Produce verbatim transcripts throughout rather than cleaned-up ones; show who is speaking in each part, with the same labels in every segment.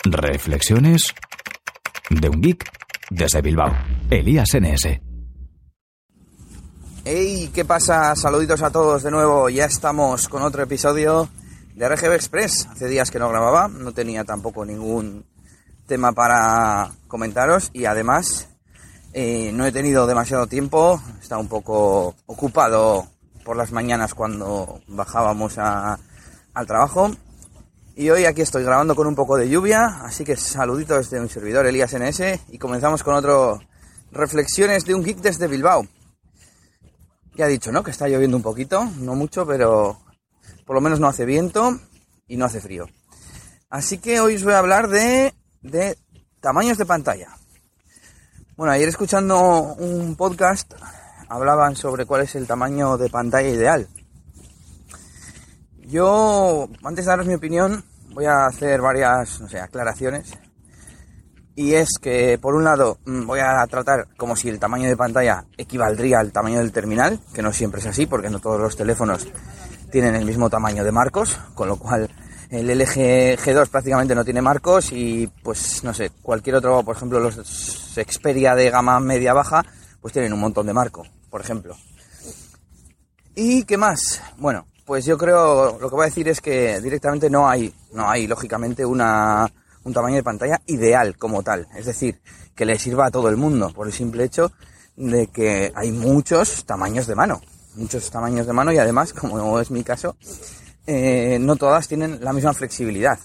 Speaker 1: Reflexiones de un geek desde Bilbao. Elías N S.
Speaker 2: Hey, ¿qué pasa? Saluditos a todos de nuevo. Ya estamos con otro episodio de R G B Express. Hace días que no grababa, no tenía tampoco ningún tema para comentaros y además eh, no he tenido demasiado tiempo. He estado un poco ocupado por las mañanas cuando bajábamos a, al trabajo. Y hoy aquí estoy grabando con un poco de lluvia, así que saluditos de un servidor, Elías N S, y comenzamos con otro Reflexiones de un geek desde Bilbao. Ya he dicho, ¿no?, que está lloviendo un poquito, no mucho, pero por lo menos no hace viento y no hace frío. Así que hoy os voy a hablar de, de tamaños de pantalla. Bueno, ayer escuchando un podcast hablaban sobre cuál es el tamaño de pantalla ideal. Yo, antes de daros mi opinión, voy a hacer varias, no sé, aclaraciones. Y es que, por un lado, voy a tratar como si el tamaño de pantalla equivaldría al tamaño del terminal, que no siempre es así, porque no todos los teléfonos tienen el mismo tamaño de marcos, con lo cual el L G G dos prácticamente no tiene marcos y, pues, no sé, cualquier otro, por ejemplo, los Xperia de gama media-baja, pues tienen un montón de marco, por ejemplo. ¿Y qué más? Bueno, pues yo creo, lo que voy a decir es que directamente no hay, no hay lógicamente una, un tamaño de pantalla ideal como tal. Es decir, que le sirva a todo el mundo, por el simple hecho de que hay muchos tamaños de mano. Muchos tamaños de mano y además, como es mi caso, eh, no todas tienen la misma flexibilidad.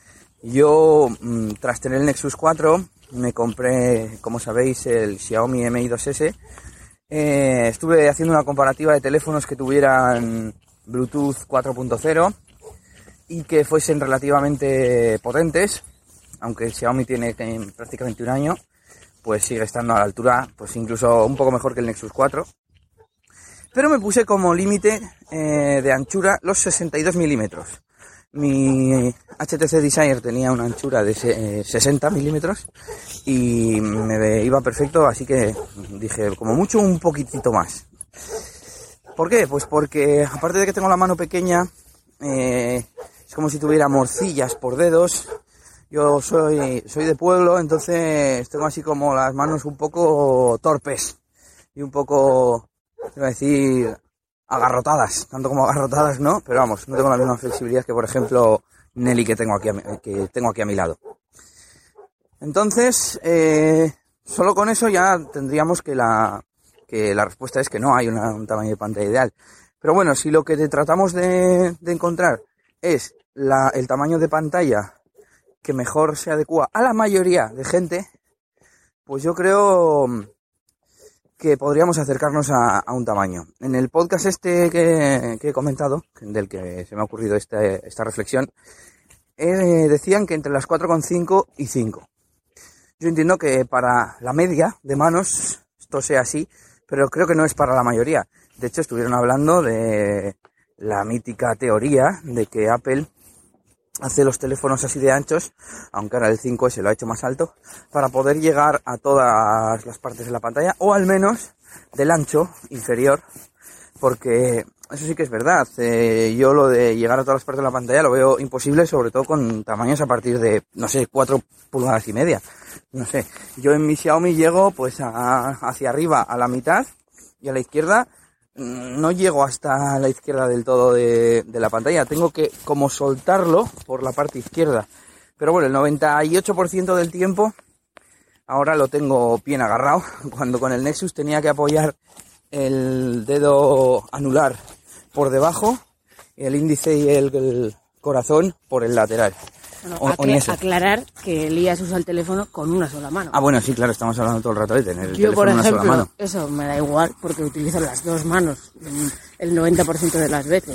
Speaker 2: Yo, tras tener el Nexus cuatro, me compré, como sabéis, el Xiaomi Mi dos ese. Eh, estuve haciendo una comparativa de teléfonos que tuvieran Bluetooth cuatro punto cero y que fuesen relativamente potentes, aunque el Xiaomi tiene prácticamente un año, pues sigue estando a la altura, pues incluso un poco mejor que el Nexus cuatro. Pero me puse como límite eh, de anchura los sesenta y dos milímetros. Mi H T C Desire tenía una anchura de eh, sesenta milímetros y me iba perfecto, así que dije, como mucho, un poquitito más. ¿Por qué? Pues porque, aparte de que tengo la mano pequeña, eh, es como si tuviera morcillas por dedos. Yo soy, soy de pueblo, entonces tengo así como las manos un poco torpes y un poco, iba a decir, agarrotadas, tanto como agarrotadas, ¿no? Pero vamos, no tengo la misma flexibilidad que, por ejemplo, Nelly que tengo aquí a mi, que tengo aquí a mi lado. Entonces, eh, solo con eso ya tendríamos que la... que la respuesta es que no hay una, un tamaño de pantalla ideal. Pero bueno, si lo que tratamos de, de encontrar es la, el tamaño de pantalla que mejor se adecua a la mayoría de gente, pues yo creo que podríamos acercarnos a, a un tamaño. En el podcast este que, que he comentado, del que se me ha ocurrido este, esta reflexión, eh, decían que entre las cuatro coma cinco y cinco. Yo entiendo que para la media de manos esto sea así, pero creo que no es para la mayoría. De hecho, estuvieron hablando de la mítica teoría de que Apple hace los teléfonos así de anchos, aunque ahora el cinco ese lo ha hecho más alto, para poder llegar a todas las partes de la pantalla, o al menos del ancho inferior, porque eso sí que es verdad. Eh, yo lo de llegar a todas las partes de la pantalla lo veo imposible, sobre todo con tamaños a partir de, no sé, cuatro pulgadas y media. No sé, yo en mi Xiaomi llego pues a, hacia arriba a la mitad y a la izquierda no llego hasta la izquierda del todo de, de la pantalla. Tengo que como soltarlo por la parte izquierda. Pero bueno, el noventa y ocho por ciento del tiempo ahora lo tengo bien agarrado, cuando con el Nexus tenía que apoyar el dedo anular por debajo y el índice y el, el corazón por el lateral.
Speaker 3: Bueno,
Speaker 2: o,
Speaker 3: acl- aclarar que Elías usa el teléfono con una sola mano.
Speaker 2: Ah, bueno, sí, claro, estamos hablando todo el rato de tener el
Speaker 3: Yo,
Speaker 2: teléfono
Speaker 3: por
Speaker 2: en una
Speaker 3: ejemplo,
Speaker 2: sola mano.
Speaker 3: eso me da igual porque utilizo las dos manos el noventa por ciento de las veces.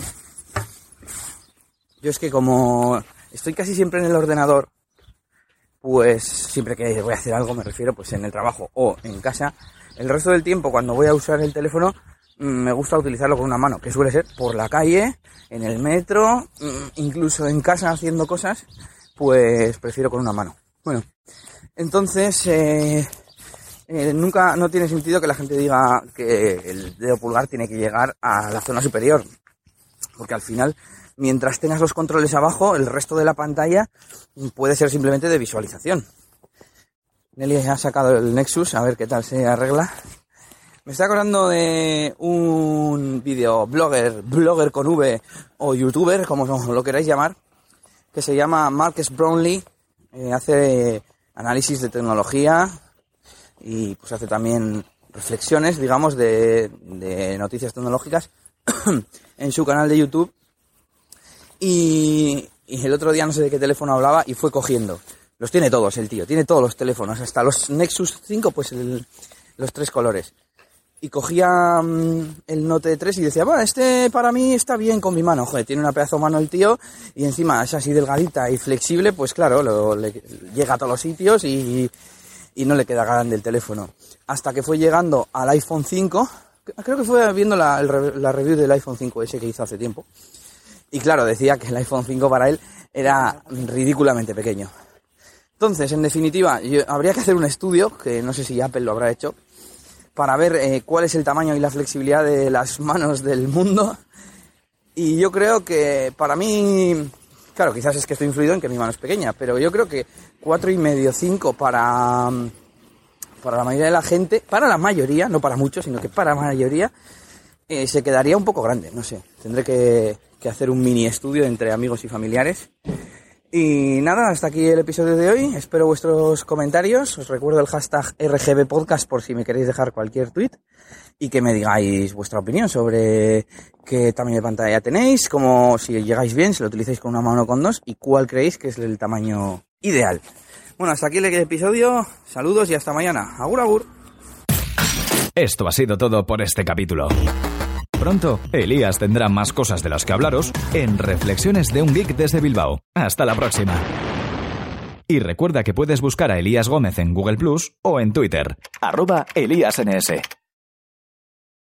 Speaker 2: Yo es que como estoy casi siempre en el ordenador, pues siempre que voy a hacer algo, me refiero pues en el trabajo o en casa, el resto del tiempo cuando voy a usar el teléfono me gusta utilizarlo con una mano, que suele ser por la calle, en el metro, incluso en casa haciendo cosas, pues prefiero con una mano. Bueno, entonces eh, eh, nunca, no tiene sentido que la gente diga que el dedo pulgar tiene que llegar a la zona superior, porque al final mientras tengas los controles abajo, el resto de la pantalla puede ser simplemente de visualización. Nelly ha sacado el Nexus, a ver qué tal se arregla. Me estoy acordando de un video blogger, blogger con V o youtuber, como lo queráis llamar, que se llama Marques Brownlee, eh, hace análisis de tecnología y pues hace también reflexiones, digamos, de, de noticias tecnológicas en su canal de YouTube. Y, y el otro día no sé de qué teléfono hablaba y fue cogiendo. Los tiene todos el tío, tiene todos los teléfonos, hasta los Nexus cinco, pues el, los tres colores. Y cogía um, el Note tres y decía, bueno, este para mí está bien con mi mano. Joder, tiene una pedazo de mano el tío y encima es así delgadita y flexible, pues claro, lo, le, llega a todos los sitios y, y no le queda grande el teléfono. Hasta que fue llegando al iPhone cinco, creo que fue viendo la, el, la review del iPhone cinco ese que hizo hace tiempo. Y claro, decía que el iPhone cinco para él era ridículamente pequeño. Entonces, en definitiva, yo, habría que hacer un estudio, que no sé si Apple lo habrá hecho, para ver eh, cuál es el tamaño y la flexibilidad de las manos del mundo. Y yo creo que para mí, claro, quizás es que estoy influido en que mi mano es pequeña, pero yo creo que cuatro y medio, cinco para, para la mayoría de la gente, para la mayoría, no para muchos, sino que para la mayoría, eh, se quedaría un poco grande, no sé. Tendré que, que hacer un mini estudio entre amigos y familiares. Y nada, hasta aquí el episodio de hoy. Espero vuestros comentarios. Os recuerdo el hashtag R G B Podcast por si me queréis dejar cualquier tweet y que me digáis vuestra opinión sobre qué tamaño de pantalla tenéis, como si llegáis bien, si lo utilizáis con una mano o con dos y cuál creéis que es el tamaño ideal. Bueno, hasta aquí el episodio. Saludos y hasta mañana. Agur, agur.
Speaker 1: Esto ha sido todo por este capítulo. Pronto, Elías tendrá más cosas de las que hablaros en Reflexiones de un Geek desde Bilbao. Hasta la próxima. Y recuerda que puedes buscar a Elías Gómez en Google Plus o en Twitter, arroba ElíasNS.